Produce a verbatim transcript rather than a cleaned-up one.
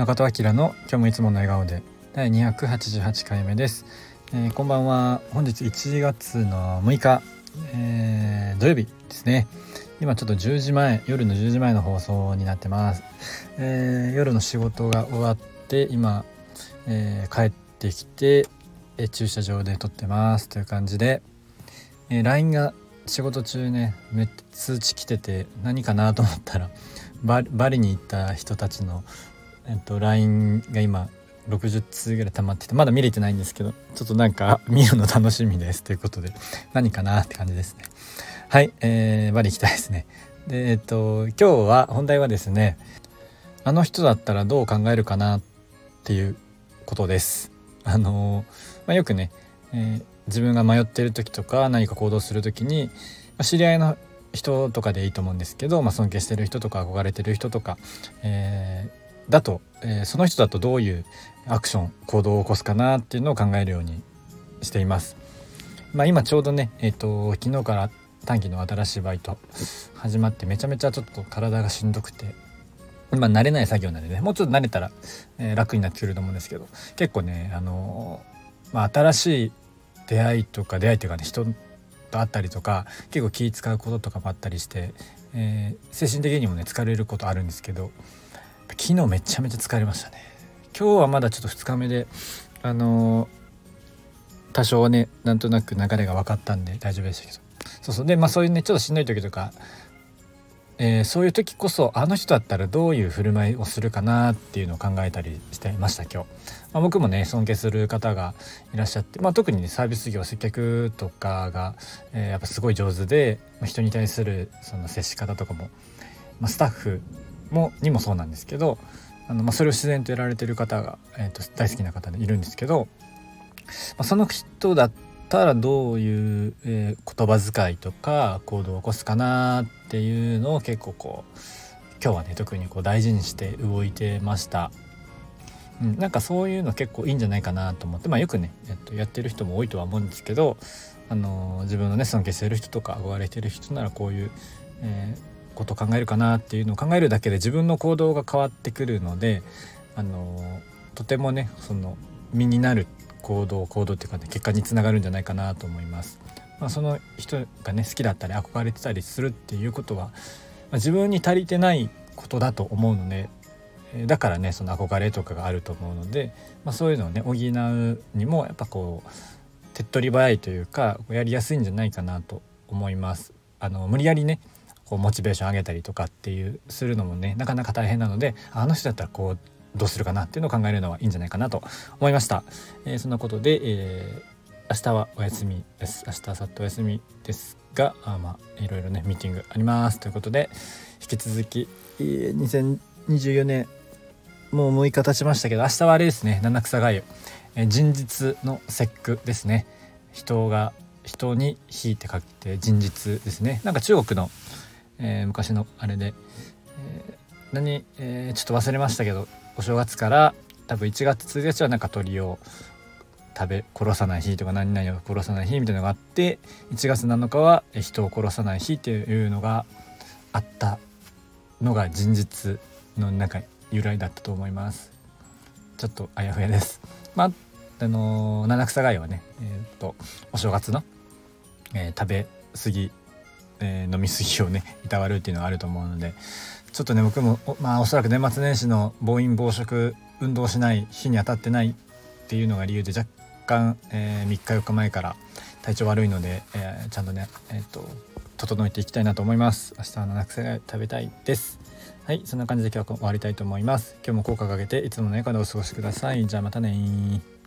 中戸明の今日もいつもの笑顔でだいにひゃくはちじゅうはちかいめです。えー、こんばんは。本日いちがつのむいか、えー、土曜日ですね。今ちょっとじゅうじまえ、夜のじゅうじまえの放送になってます。えー、夜の仕事が終わって今、えー、帰ってきて、えー、駐車場で撮ってますという感じで、えー、ライン が仕事中ねめっちゃ通知来てて、何かなと思ったらバリ、バリに行った人たちの、えっと、ライン が今ろくじゅっつうぐらい溜まってて、まだ見れてないんですけど、ちょっとなんか見るの楽しみですということで、何かなって感じですね。はい、えー、バリ行きたいですね。で、えっと今日は本題はですね、あの人だったらどう考えるかなっていうことです。あの、まあ、よくね、えー、自分が迷っている時とか何か行動する時に、まあ、知り合いの人とかでいいと思うんですけど、まあ、尊敬してる人とか憧れてる人とか、えー、だと、えー、その人だとどういうアクション行動を起こすかなっていうのを考えるようにしています。まあ、今ちょうどね、えーと、昨日から短期の新しいバイト始まって、めちゃめちゃちょっと体がしんどくて、まあ、慣れない作業なんでね、もうちょっと慣れたら、えー、楽になってくると思うんですけど、結構ね、あのーまあ、新しい出会いとか出会いというかね、人と会ったりとか結構気使うこととかもあったりして、えー、精神的にもね疲れることあるんですけど、昨日めちゃめちゃ疲れましたね。今日はまだちょっとふつかめで、あのー、多少ねなんとなく流れが分かったんで大丈夫でしたけど、そうそうで、まあそういうねちょっとしんどい時とか、えー、そういう時こそあの人だったらどういう振る舞いをするかなっていうのを考えたりしてました今日。まあ、僕もね尊敬する方がいらっしゃって、まあ、特にねサービス業接客とかが、えー、やっぱすごい上手で、まあ、人に対するその接し方とかも、まあ、スタッフもにもそうなんですけど、あの、まあ、それを自然とやられてる方が、えー、と大好きな方でいるんですけど、まあ、その人だったらどういう、えー、言葉遣いとか行動を起こすかなっていうのを結構こう今日はね特にこう大事にして動いてました。うん、なんかそういうの結構いいんじゃないかなと思って、まあよくね、えっと、やってる人も多いとは思うんですけど、あのー、自分のね尊敬してる人とか憧れてる人ならこういう、えー、ことを考えるかなっていうのを考えるだけで自分の行動が変わってくるので、あのー、とてもねその身になる行動行動っていうかね結果につながるんじゃないかなと思います。まあ、その人がね好きだったり憧れてたりするっていうことは、まあ、自分に足りてないことだと思うので、だからねその憧れとかがあると思うので、まあ、そういうのをね補うにもやっぱこう手っ取り早いというかやりやすいんじゃないかなと思います。あの無理やりねこうモチベーション上げたりとかっていうするのもねなかなか大変なので、あの人だったらこうどうするかなっていうのを考えるのはいいんじゃないかなと思いました。えー、そんなことで、えー、明日はお休みです。明日明後日お休みですが、あまあいろいろねミーティングありますということで、引き続き、えー、にせんにじゅうよねんもうむいか経ちましたけど、明日はあれですね、七草がゆ、えー、人日の節句ですね。人が人に火って書いて人日ですね。なんか中国の、えー、昔のあれで、えー、何、えー、ちょっと忘れましたけど、お正月から多分いちがつついたちはなんか鳥を食べ殺さない日とか何々を殺さない日みたいなのがあって、いちがつなのかは人を殺さない日っていうのがあったのが人日の中由来だったと思います。ちょっとあやふやです。まああのー、七草がゆはね、えー、とお正月の、えー、食べ過ぎ、えー、飲み過ぎをねいたわるっていうのがあると思うので、ちょっとね僕もお,、まあ、おそらく年末年始の暴飲暴食運動しない日に当たってないっていうのが理由で若干、えー、みっかよっかまえから体調悪いので、えー、ちゃんとね、えー、と整えていきたいなと思います。明日は七草がゆ食べたいです。はい、そんな感じで今日は終わりたいと思います。今日も効果をかけていつもの笑顔でお過ごしください。じゃあまたね。